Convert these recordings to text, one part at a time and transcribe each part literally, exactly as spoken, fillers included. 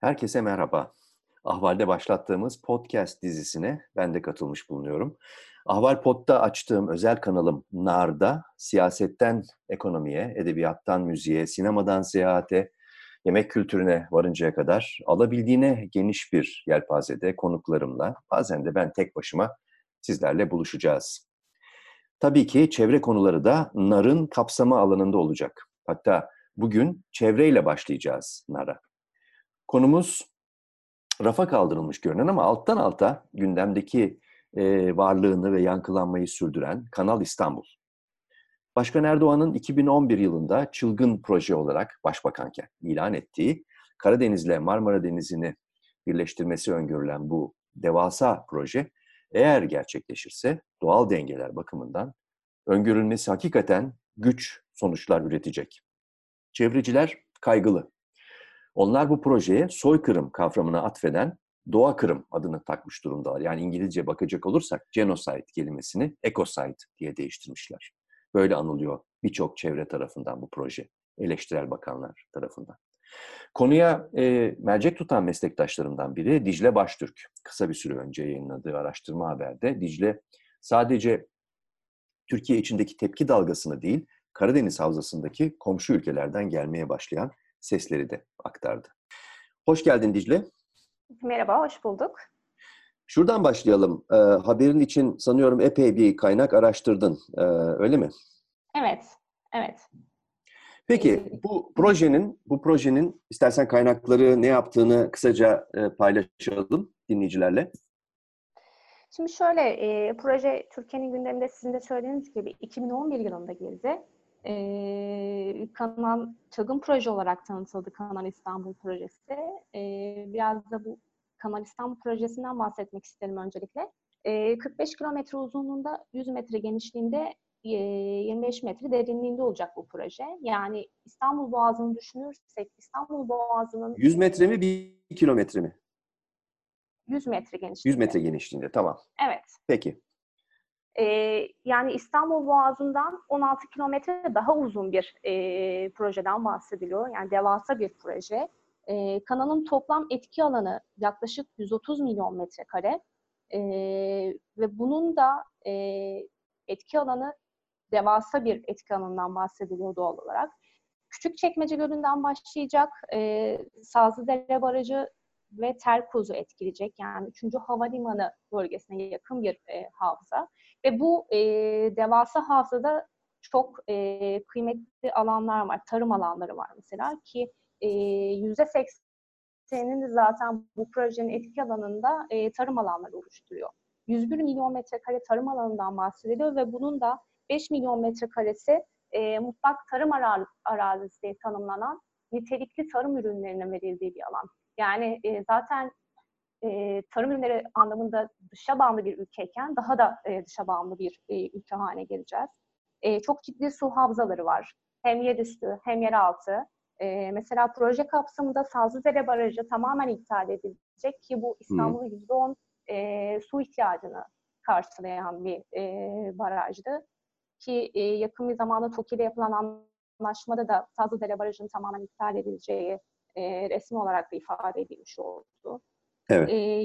Herkese merhaba. Ahval'de başlattığımız podcast dizisine ben de katılmış bulunuyorum. Ahval Pod'da açtığım özel kanalım Nar'da siyasetten ekonomiye, edebiyattan müziğe, sinemadan seyahate, yemek kültürüne varıncaya kadar alabildiğine geniş bir yelpazede konuklarımla, bazen de ben tek başıma sizlerle buluşacağız. Tabii ki çevre konuları da Nar'ın kapsama alanında olacak. Hatta bugün çevreyle başlayacağız Nar'a. Konumuz rafa kaldırılmış görünen ama alttan alta gündemdeki e, varlığını ve yankılanmayı sürdüren Kanal İstanbul. Başkan Erdoğan'ın iki bin on bir yılında çılgın proje olarak başbakanken ilan ettiği Karadeniz'le Marmara Denizi'ni birleştirmesi öngörülen bu devasa proje eğer gerçekleşirse doğal dengeler bakımından öngörülmesi hakikaten güç sonuçlar üretecek. Çevreciler kaygılı. Onlar bu projeye soykırım kavramına atfeden doğa kırım adını takmış durumdalar. Yani İngilizce bakacak olursak genocide kelimesini ecocide diye değiştirmişler. Böyle anılıyor birçok çevre tarafından bu proje, eleştirel bakanlar tarafından. Konuya e, mercek tutan meslektaşlarımdan biri Dicle Baştürk. Kısa bir süre önce yayınladığı araştırma haberde Dicle sadece Türkiye içindeki tepki dalgasını değil, Karadeniz Havzası'ndaki komşu ülkelerden gelmeye başlayan sesleri de aktardı. Hoş geldin Dicle. Merhaba, hoş bulduk. Şuradan başlayalım. Ee, haberin için sanıyorum epey bir kaynak araştırdın, ee, öyle mi? Evet, evet. Peki Ee, bu projenin, bu projenin istersen kaynakları ne yaptığını kısaca e, paylaşalım dinleyicilerle. Şimdi şöyle, e, proje Türkiye'nin gündeminde sizin de söylediğiniz gibi iki bin on bir yılında girdi. E, kanal çılgın proje olarak tanıtıldı Kanal İstanbul projesi. E, biraz da bu Kanal İstanbul projesinden bahsetmek isterim öncelikle. E, kırk beş kilometre uzunluğunda, yüz metre genişliğinde, e, yirmi beş metre derinliğinde olacak bu proje. Yani İstanbul Boğazı'nı düşünürsek, İstanbul Boğazı'nın yüz metre e, mi, bir kilometre mi? yüz metre yüz genişliğinde. metre genişliğinde, tamam. Evet. Peki. Ee, yani İstanbul Boğazı'ndan on altı kilometre daha uzun bir e, projeden bahsediliyor. Yani devasa bir proje. E, kanalın toplam etki alanı yaklaşık yüz otuz milyon metrekare. E, ve bunun da e, etki alanı devasa bir etki alanından bahsediliyor doğal olarak. Küçükçekmece Gölü'nden başlayacak, e, Sazlıdere Barajı ve Terkoz'u etkileyecek. Yani üçüncü Havalimanı bölgesine yakın bir e, havza. Ve bu e, devasa havzada çok e, kıymetli alanlar var. Tarım alanları var mesela ki e, yüzde seksenini zaten bu projenin etki alanında e, tarım alanları oluşturuyor. yüz bir milyon metrekare tarım alanından bahsediliyor ve bunun da beş milyon metrekaresi e, mutlak tarım arazisi tanımlanan nitelikli tarım ürünlerine verildiği bir alan. Yani e, zaten e, tarım ürünleri anlamında dışa bağımlı bir ülkeyken daha da e, dışa bağımlı bir e, ülke haline geleceğiz. E, çok ciddi su havzaları var. Hem yerüstü hem yeraltı. E, mesela proje kapsamında Sazlıdere Barajı tamamen iptal edilecek ki bu Hmm. İstanbul'un yüzde on e, su ihtiyacını karşılayan bir e, barajdı. Ki e, yakın bir zamanda TOKİ ile yapılan anlaşmada da Sazlıdere Barajı'nın tamamen iptal edileceği e, resmi olarak da ifade edilmiş oldu. Evet. E,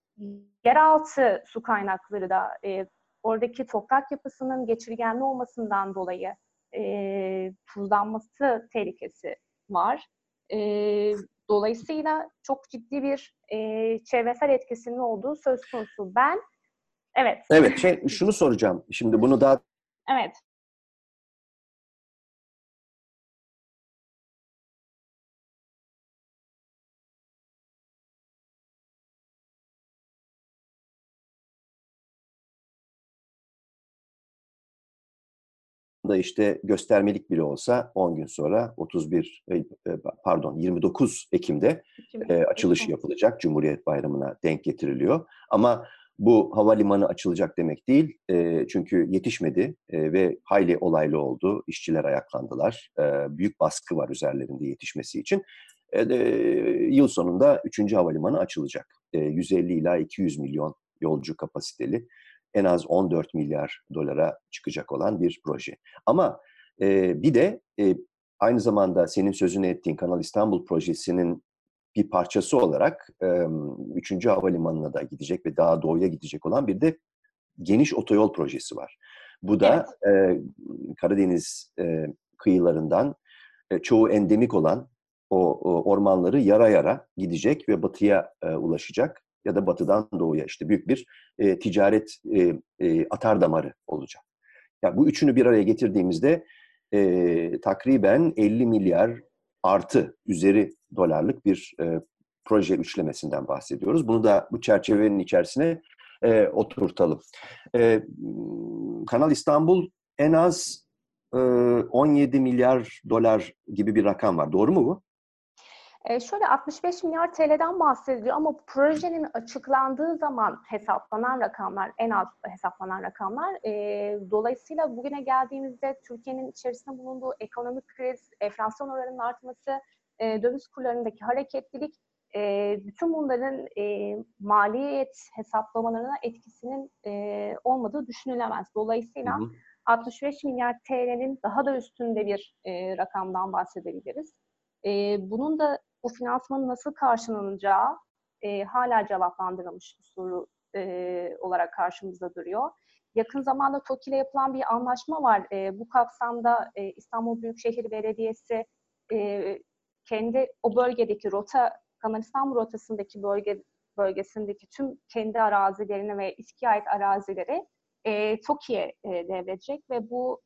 yeraltı su kaynakları da e, oradaki toprak yapısının geçirgenli olmasından dolayı e, tuzlanması tehlikesi var. E, dolayısıyla çok ciddi bir e, çevresel etkisinin olduğu söz konusu. Ben, evet, Evet, şey, şunu soracağım. Şimdi bunu daha evet. da işte göstermelik bile olsa on gün sonra otuz bir e, pardon yirmi dokuz Ekim'de e, açılış yapılacak. Cumhuriyet Bayramı'na denk getiriliyor. Ama bu havalimanı açılacak demek değil. E, çünkü yetişmedi e, ve hayli olaylı oldu. İşçiler ayaklandılar. E, büyük baskı var üzerlerinde yetişmesi için. E, e, yıl sonunda üçüncü havalimanı açılacak. E, yüz elli ila iki yüz milyon yolcu kapasiteli. En az on dört milyar dolara çıkacak olan bir proje. Ama e, bir de e, aynı zamanda senin sözünü ettiğin Kanal İstanbul projesinin bir parçası olarak e, üçüncü Havalimanı'na da gidecek ve daha doğuya gidecek olan bir de geniş otoyol projesi var. Bu da Evet. e, Karadeniz e, kıyılarından e, çoğu endemik olan o, o ormanları yara yara gidecek ve batıya e, ulaşacak ya da batıdan doğuya işte büyük bir e, ticaret e, e, atardamarı olacak. Yani bu üçünü bir araya getirdiğimizde e, takriben elli milyar artı üzeri dolarlık bir e, proje üçlemesinden bahsediyoruz. Bunu da bu çerçevenin içerisine e, oturtalım. E, Kanal İstanbul en az e, on yedi milyar dolar gibi bir rakam var. Doğru mu bu? E, şöyle altmış beş milyar T L'den bahsediliyor ama projenin açıklandığı zaman hesaplanan rakamlar, en az hesaplanan rakamlar. E, dolayısıyla bugüne geldiğimizde Türkiye'nin içerisinde bulunduğu ekonomik kriz, enflasyon oranının artması, e, döviz kurlarındaki hareketlilik, e, bütün bunların e, maliyet hesaplamalarına etkisinin e, olmadığı düşünülemez. Hı Dolayısıyla hı. altmış beş milyar T L'nin daha da üstünde bir e, rakamdan bahsedebiliriz. E, bunun da bu finansmanın nasıl karşılanacağı e, hala cevaplandırılmış bir soru e, olarak karşımızda duruyor. Yakın zamanda TOKİ ile yapılan bir anlaşma var. E, bu kapsamda e, İstanbul Büyükşehir Belediyesi e, kendi o bölgedeki rota, Kanal İstanbul rotasındaki bölge bölgesindeki tüm kendi arazilerini ve İSKİ'ye ait arazileri e, TOKİ'ye e, devredecek ve bu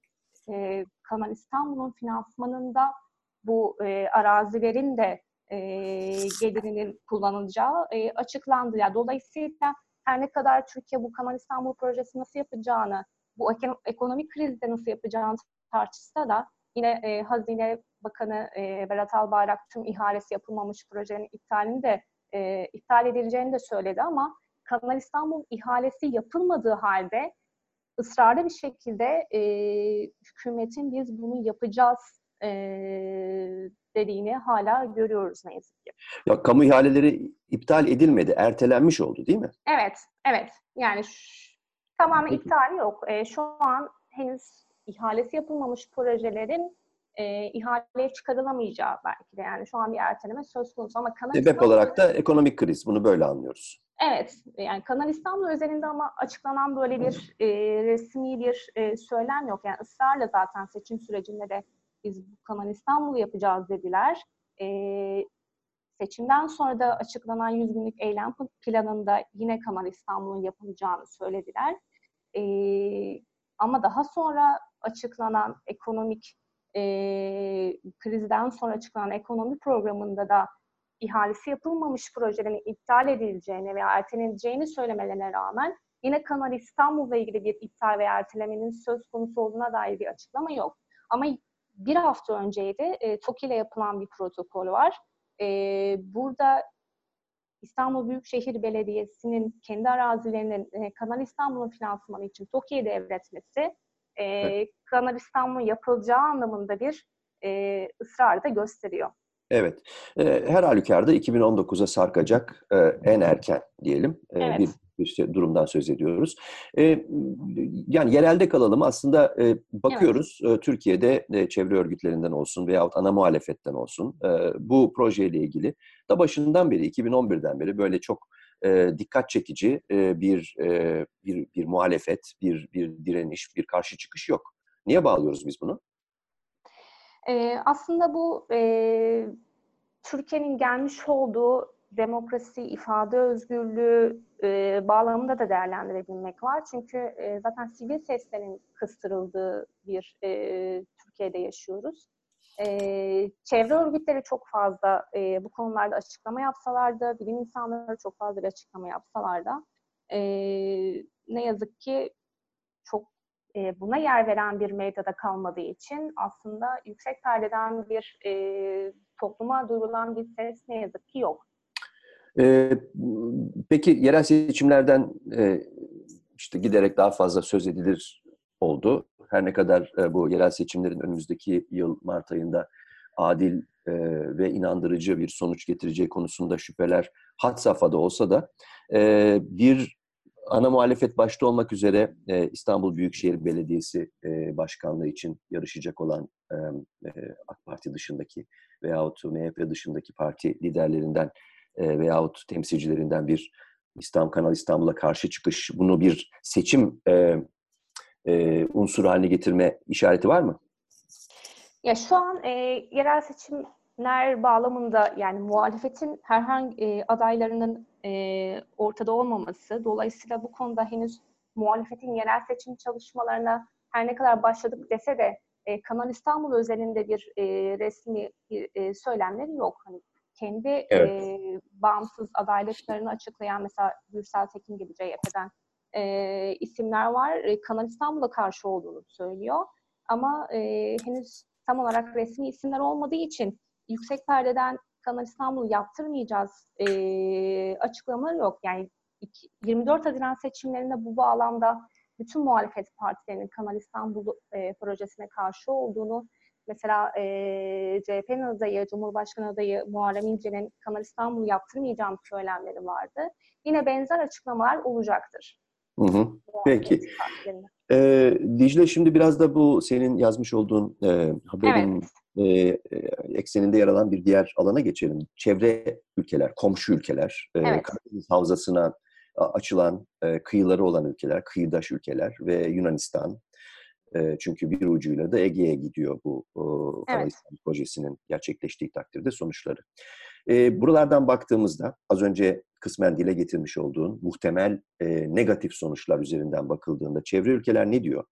e, Kanal İstanbul'un finansmanında bu e, arazilerin de e, gelirinin kullanılacağı e, açıklandı. Yani dolayısıyla her ne kadar Türkiye bu Kanal İstanbul projesi nasıl yapacağını, bu ekonomik krizde nasıl yapacağını tartışsa da yine e, Hazine Bakanı e, Berat Albayrak tüm ihalesi yapılmamış projenin iptalini de e, iptal edileceğini de söyledi ama Kanal İstanbul ihalesi yapılmadığı halde ısrarlı bir şekilde e, hükümetin biz bunu yapacağız e, dediğini hala görüyoruz ne yazık ki. Ya, kamu ihaleleri iptal edilmedi, ertelenmiş oldu değil mi? Evet, evet. Yani şu, tamamen Peki. iptal yok. E, şu an henüz ihalesi yapılmamış projelerin e, ihaleye çıkarılamayacağı belki de. Yani şu an bir erteleme söz konusu ama Kanal Sebep İstanbul olarak da ekonomik kriz. Bunu böyle anlıyoruz. evet, yani Kanal İstanbul özelinde ama açıklanan böyle bir e, resmi bir e, söylem yok. Yani ısrarla zaten seçim sürecinde de biz bu Kanal İstanbul'u yapacağız dediler. E, seçimden sonra da açıklanan yüz günlük eylem planında yine Kanal İstanbul'un yapılacağını söylediler. E, ama daha sonra açıklanan ekonomik e, krizden sonra açıklanan ekonomi programında da ihalesi yapılmamış projelerin iptal edileceğini veya erteleneceğini söylemelerine rağmen yine Kanal İstanbul'la ilgili bir iptal veya ertelemenin söz konusu olduğuna dair bir açıklama yok. Ama bir hafta önceydi e, TOKİ ile yapılan bir protokol var. E, burada İstanbul Büyükşehir Belediyesi'nin kendi arazilerinin e, Kanal İstanbul'un finansmanı için TOKİ'ye devretmesi e, Evet. Kanal İstanbul'un yapılacağı anlamında bir e, ısrarı da gösteriyor. Evet. E, her halükarda iki bin on dokuza sarkacak e, en erken diyelim e, bir Evet. işte durumdan söz ediyoruz. E, yani yerelde kalalım. Aslında e, Evet. bakıyoruz e, Türkiye'de e, çevre örgütlerinden olsun veyahut ana muhalefetten olsun e, bu projeyle ilgili da başından beri iki bin on birden beri böyle çok e, dikkat çekici e, bir, e, bir bir muhalefet, bir bir direniş, bir karşı çıkış yok. Niye bağlıyoruz biz bunu? Ee, aslında bu e, Türkiye'nin gelmiş olduğu demokrasi, ifade özgürlüğü e, bağlamında da değerlendirebilmek var. Çünkü e, zaten sivil seslerin kıstırıldığı bir e, Türkiye'de yaşıyoruz. E, çevre örgütleri çok fazla e, bu konularda açıklama yapsalar da, bilim insanları çok fazla bir açıklama yapsalar da e, ne yazık ki çok e, buna yer veren bir medyada kalmadığı için aslında yüksek perdeden bir e, topluma duyurulan bir ses ne yazık ki yok. Ee, peki yerel seçimlerden e, işte giderek daha fazla söz edilir oldu. Her ne kadar e, bu yerel seçimlerin önümüzdeki yıl Mart ayında adil e, ve inandırıcı bir sonuç getireceği konusunda şüpheler had safhada olsa da e, bir ana muhalefet başta olmak üzere e, İstanbul Büyükşehir Belediyesi e, Başkanlığı için yarışacak olan e, e, AK Parti dışındaki veyahut M H P dışındaki parti liderlerinden e, veyahut temsilcilerinden bir İslam Kanal İstanbul'a karşı çıkış, bunu bir seçim e, e, unsuru haline getirme işareti var mı? Ya şu an e, yerel seçimler bağlamında yani muhalefetin herhangi e, adaylarının e, ortada olmaması, dolayısıyla bu konuda henüz muhalefetin yerel seçim çalışmalarına her ne kadar başladık dese de e, Kanal İstanbul özelinde bir e, resmi bir e, söylemleri yok. Hani kendi e, Evet. bağımsız adaylıklarını açıklayan mesela Gürsel Tekin gibi C H P'den e, isimler var. E, Kanal İstanbul'a karşı olduğunu söylüyor. Ama e, henüz tam olarak resmi isimler olmadığı için yüksek perdeden Kanal İstanbul yaptırmayacağız e, açıklamaları yok. Yani yirmi dört Haziran seçimlerinde bu bağlamda bütün muhalefet partilerinin Kanal İstanbul e, projesine karşı olduğunu, mesela e, C H P'nin adayı, Cumhurbaşkanı adayı Muharrem İnce'nin Kanal İstanbul yaptırmayacağım söylemleri vardı. Yine benzer açıklamalar olacaktır. Hı hı. Peki. Ee, Dicle, şimdi biraz da bu senin yazmış olduğun e, haberin Evet. e, e, ekseninde yer alan bir diğer alana geçelim. Çevre ülkeler, komşu ülkeler, e, Evet. Karadeniz Havzası'na açılan e, kıyıları olan ülkeler, kıyıdaş ülkeler ve Yunanistan. E, çünkü bir ucuyla da Ege'ye gidiyor bu o, Kanal Evet. İstanbul projesinin gerçekleştiği takdirde sonuçları. E, buralardan baktığımızda az önce kısmen dile getirmiş olduğun muhtemel e, negatif sonuçlar üzerinden bakıldığında çevre ülkeler ne diyor?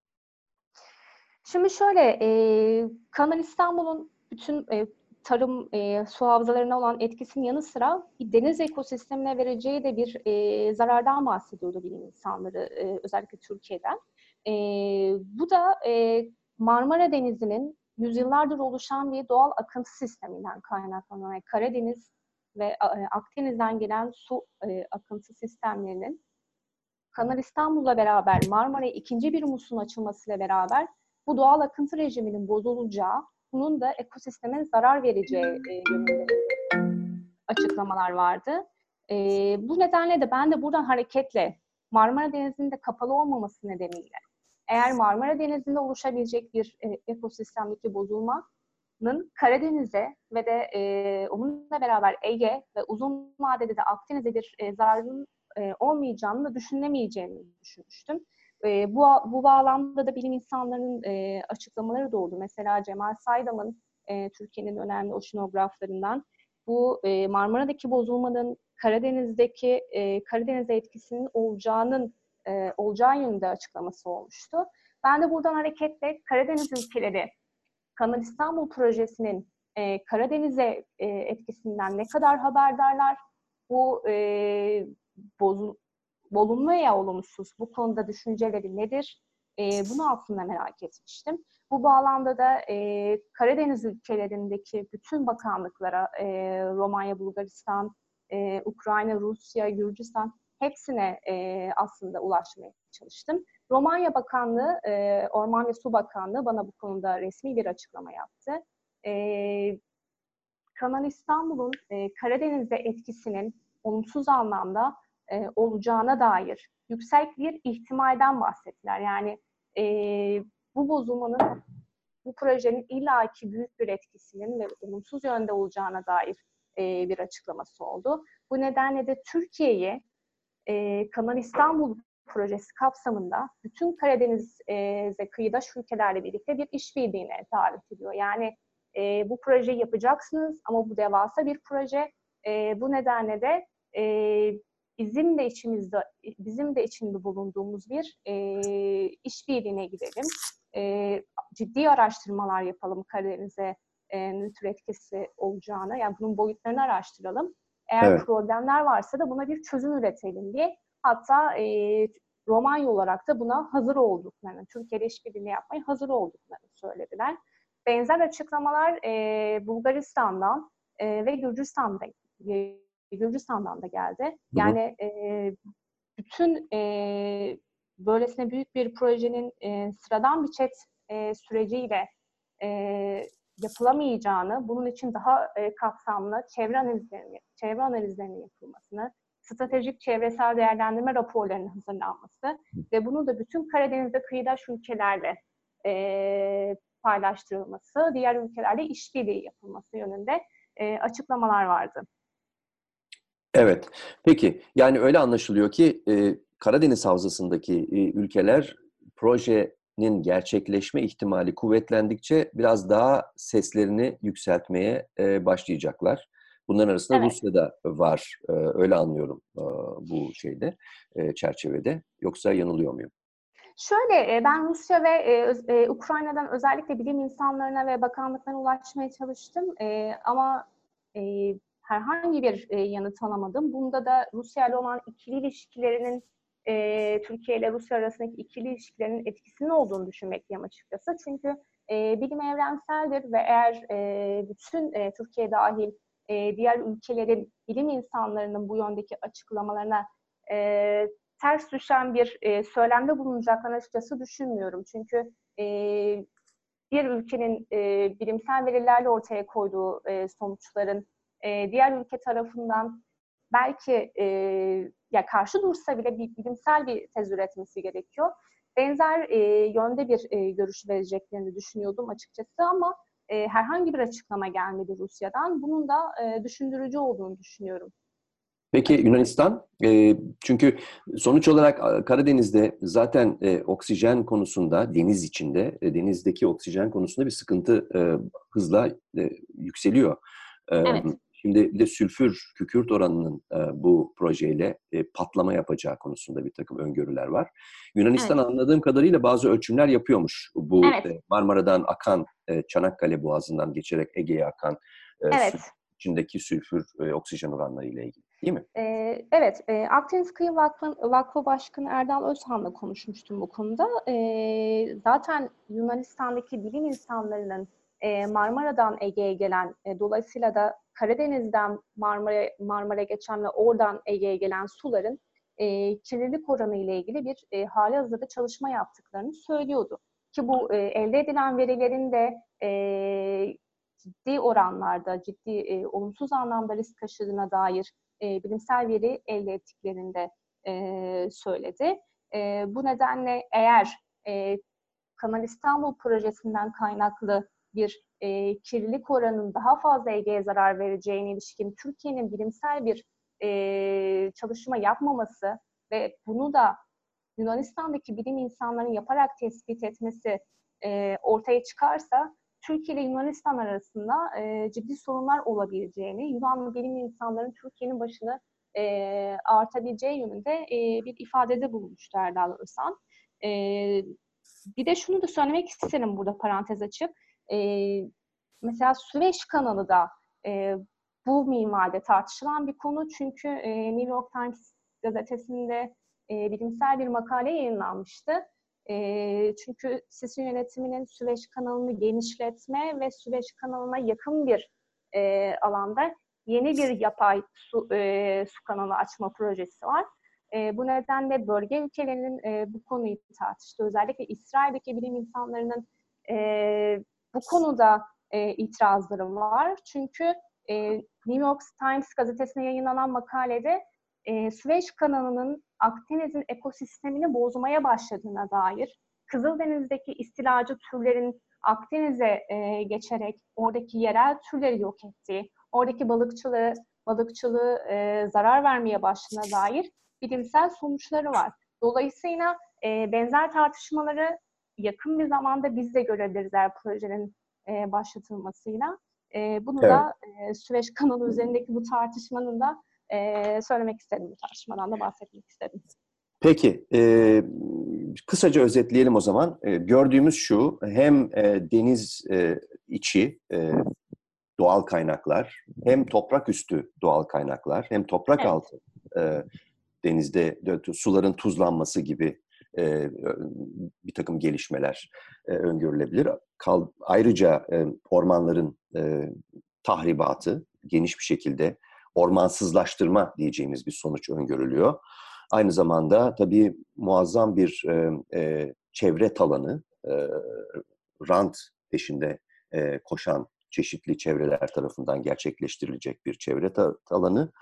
Şimdi şöyle, e, Kanal İstanbul'un bütün e, tarım, e, su havzalarına olan etkisinin yanı sıra bir deniz ekosistemine vereceği de bir e, zarardan bahsediyordu bilim insanları, e, özellikle Türkiye'den. E, bu da e, Marmara Denizi'nin yüzyıllardır oluşan bir doğal akıntı sisteminden kaynaklanan, yani Karadeniz ve e, Akdeniz'den gelen su e, akıntı sistemlerinin Kanal İstanbul'la beraber Marmara'ya ikinci bir muslun açılmasıyla beraber bu doğal akıntı rejiminin bozulacağı, bunun da ekosisteme zarar vereceği e, yönünde açıklamalar vardı. E, bu nedenle de ben de buradan hareketle Marmara Denizi'nin de kapalı olmaması nedeniyle eğer Marmara Denizi'nde oluşabilecek bir e, ekosistemdeki bozulmanın Karadeniz'e ve de e, onunla beraber Ege ve uzun vadede de Akdeniz'e bir e, zararın e, olmayacağını da düşünülemeyeceğini düşünmüştüm. E, bu, bu bağlamda da bilim insanlarının e, açıklamaları da oldu. Mesela Cemal Saydam'ın e, Türkiye'nin önemli oşinograflarından bu e, Marmara'daki bozulmanın Karadeniz'deki e, Karadeniz'e etkisinin olacağının e, olacağı yönünde açıklaması olmuştu. Ben de buradan hareketle Karadeniz ülkeleri Kanal İstanbul projesinin e, Karadeniz'e e, etkisinden ne kadar haberdarlar? Bu e, bozul, olumlu veya olumsuz bu konuda düşünceleri nedir? E, bunu aslında merak etmiştim. Bu bağlamda da e, Karadeniz ülkelerindeki bütün bakanlıklara, e, Romanya, Bulgaristan, e, Ukrayna, Rusya, Gürcistan hepsine e, aslında ulaşmaya çalıştım. Romanya Bakanlığı, e, Orman ve Su Bakanlığı bana bu konuda resmi bir açıklama yaptı. E, Kanal İstanbul'un e, Karadeniz'de etkisinin olumsuz anlamda e, olacağına dair yüksek bir ihtimalden bahsettiler. Yani e, bu bozulmanın, bu projenin illaki büyük bir etkisinin ve olumsuz yönde olacağına dair e, bir açıklaması oldu. Bu nedenle de Türkiye'yi e, Kanal İstanbul projesi kapsamında bütün Karadeniz'e kıyıdaş ülkelerle birlikte bir işbirliğine davet ediyor. Yani e, bu projeyi yapacaksınız ama bu devasa bir proje. E, bu nedenle de e, bizim de içimizde, bizim de içinde bulunduğumuz bir e, işbirliğine gidelim. E, ciddi araştırmalar yapalım Karadeniz'e e, ne tür etkisi olacağını, yani bunun boyutlarını araştıralım. Eğer Evet. problemler varsa da buna bir çözüm üretelim diye. Hatta e, Romanya olarak da buna hazır olduklarını, Türkiye'de işbirliğini yapmaya hazır olduklarını söylediler. Benzer açıklamalar e, Bulgaristan'dan e, ve Gürcistan'da, e, Gürcistan'dan da geldi. Hı hı. Yani e, bütün e, böylesine büyük bir projenin e, sıradan bir chat e, süreciyle e, yapılamayacağını, bunun için daha e, kapsamlı çevre analizlerinin, çevre analizlerinin yapılmasını, stratejik çevresel değerlendirme raporlarının hazırlanması ve bunu da bütün Karadeniz'de kıyıdaş ülkelerle e, paylaştırılması, diğer ülkelerle işbirliği yapılması yönünde e, açıklamalar vardı. Evet. Peki, yani öyle anlaşılıyor ki e, Karadeniz Havzası'ndaki e, ülkeler projenin gerçekleşme ihtimali kuvvetlendikçe biraz daha seslerini yükseltmeye e, başlayacaklar. Bunların arasında Evet. Rusya da var. E, öyle anlıyorum e, bu şeyde, e, çerçevede. Yoksa yanılıyor muyum? Şöyle, ben Rusya ve Ukrayna'dan özellikle bilim insanlarına ve bakanlıklarına ulaşmaya çalıştım. Ama herhangi bir yanıt alamadım. Bunda da Rusya ile olan ikili ilişkilerinin, Türkiye ile Rusya arasındaki ikili ilişkilerin etkisinin olduğunu düşünmekteyim açıkçası. Çünkü bilim evrenseldir ve eğer bütün Türkiye dahil diğer ülkelerin bilim insanlarının bu yöndeki açıklamalarına ters düşen bir e, söylemde bulunacaklarını açıkçası düşünmüyorum. Çünkü e, bir ülkenin e, bilimsel verilerle ortaya koyduğu e, sonuçların e, diğer ülke tarafından belki e, ya karşı dursa bile bir bilimsel bir tez üretmesi gerekiyor. Benzer e, yönde bir e, görüş vereceklerini düşünüyordum açıkçası ama e, herhangi bir açıklama gelmedi Rusya'dan. Bunun da e, düşündürücü olduğunu düşünüyorum. Peki Yunanistan, e, çünkü sonuç olarak Karadeniz'de zaten e, oksijen konusunda, deniz içinde, e, denizdeki oksijen konusunda bir sıkıntı e, hızla e, yükseliyor. E, Evet, Şimdi bir de sülfür, kükürt oranının e, bu projeyle e, patlama yapacağı konusunda bir takım öngörüler var. evet, Yunanistan anladığım kadarıyla bazı ölçümler yapıyormuş. Bu evet, e, Marmara'dan akan, e, Çanakkale Boğazı'ndan geçerek Ege'ye akan e, su evet. içindeki sülfür, e, oksijen oranları ile ilgili. Değil mi? Ee, evet, e, Akdeniz Kıyı Vakfı, Vakfı Başkanı Erdal Özhan'la konuşmuştum bu konuda. Ee, zaten Yunanistan'daki bilim insanlarının e, Marmara'dan Ege'ye gelen, e, dolayısıyla da Karadeniz'den Marmara Marmara geçen ve oradan Ege'ye gelen suların e, kirlilik oranı ile ilgili bir e, halihazırda çalışma yaptıklarını söylüyordu. Ki bu e, elde edilen verilerin de e, ciddi oranlarda, ciddi e, olumsuz anlamda risk taşıdığına dair e, bilimsel veri elde ettiklerini de e, söyledi. E, bu nedenle eğer e, Kanal İstanbul projesinden kaynaklı bir e, kirlilik oranının daha fazla Ege'ye zarar vereceğine ilişkin Türkiye'nin bilimsel bir e, çalışma yapmaması ve bunu da Yunanistan'daki bilim insanlarının yaparak tespit etmesi e, ortaya çıkarsa Türkiye ile Yunanistan arasında e, ciddi sorunlar olabileceğini, Yunan bilim insanlarının Türkiye'nin başını e, ağırtabileceği yönünde e, bir ifadede bulunmuştu Erdal Özhan. E, Bir de şunu da söylemek isterim burada parantez açıp. E, mesela Süveyş kanalı da e, bu minvalde tartışılan bir konu. Çünkü e, New York Times gazetesinde e, bilimsel bir makale yayınlanmıştı. E, çünkü Sisi yönetiminin Süveyş kanalını genişletme ve Süveyş kanalına yakın bir e, alanda yeni bir yapay su, e, su kanalı açma projesi var. E, bu nedenle bölge ülkelerinin e, bu konuyu tartıştı. Özellikle İsrail'deki bilim insanlarının e, bu konuda e, itirazları var. Çünkü e, New York Times gazetesine yayınlanan makalede e, Süveyş kanalının Akdeniz'in ekosistemini bozmaya başladığına dair, Kızıldeniz'deki istilacı türlerin Akdeniz'e e, geçerek oradaki yerel türleri yok ettiği, oradaki balıkçılığı balıkçılığı e, zarar vermeye başladığına dair bilimsel sonuçları var. Dolayısıyla e, benzer tartışmaları yakın bir zamanda biz de görebiliriz eğer projenin e, başlatılmasıyla. E, bunu Evet. da e, Süveyş kanalı üzerindeki bu tartışmanın da e, söylemek istedim, bu tartışmadan da bahsetmek istedim. Peki, e, kısaca özetleyelim o zaman. E, gördüğümüz şu, hem e, deniz e, içi e, doğal kaynaklar, hem toprak üstü doğal kaynaklar, hem toprak Evet, altı e, denizde de, suların tuzlanması gibi e, bir takım gelişmeler e, öngörülebilir. Kal, ayrıca e, ormanların e, tahribatı, geniş bir şekilde ormansızlaştırma diyeceğimiz bir sonuç öngörülüyor. Aynı zamanda tabii muazzam bir e, e, çevre talanı, e, rant peşinde e, koşan çeşitli çevreler tarafından gerçekleştirilecek bir çevre ta- talanı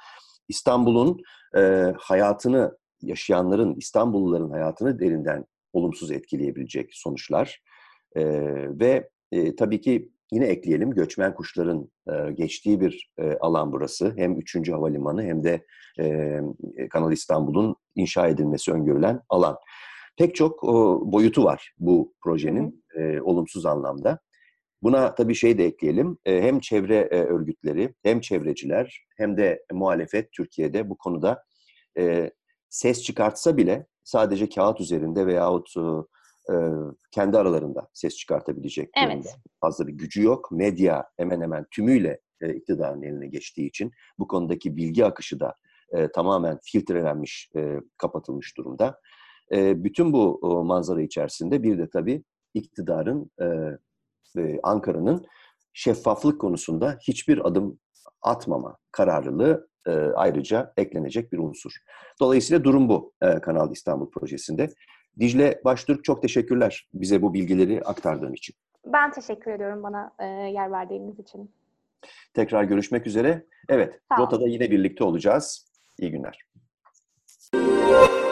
İstanbul'un e, hayatını yaşayanların, İstanbulluların hayatını derinden olumsuz etkileyebilecek sonuçlar. E, ve e, tabii ki yine ekleyelim, göçmen kuşların e, geçtiği bir e, alan burası. Hem üçüncü Havalimanı hem de e, Kanal İstanbul'un inşa edilmesi öngörülen alan. Pek çok o, boyutu var bu projenin Hı hı. e, olumsuz anlamda. Buna tabii şey de ekleyelim, e, hem çevre e, örgütleri, hem çevreciler, hem de muhalefet Türkiye'de bu konuda e, ses çıkartsa bile sadece kağıt üzerinde veyahut e, kendi aralarında ses çıkartabilecek durumda. Evet. Fazla bir gücü yok. Medya hemen hemen tümüyle e, iktidarın eline geçtiği için bu konudaki bilgi akışı da e, tamamen filtrelenmiş, e, kapatılmış durumda. E, bütün bu o, manzara içerisinde bir de tabii iktidarın, e, e, Ankara'nın şeffaflık konusunda hiçbir adım atmama kararlılığı e, ayrıca eklenecek bir unsur. Dolayısıyla durum bu e, Kanal İstanbul projesinde. Dicle Baştürk, çok teşekkürler bize bu bilgileri aktardığın için. Ben teşekkür ediyorum bana e, yer verdiğiniz için. Tekrar görüşmek üzere. Evet, Sağ olun. Rota'da yine birlikte olacağız. İyi günler.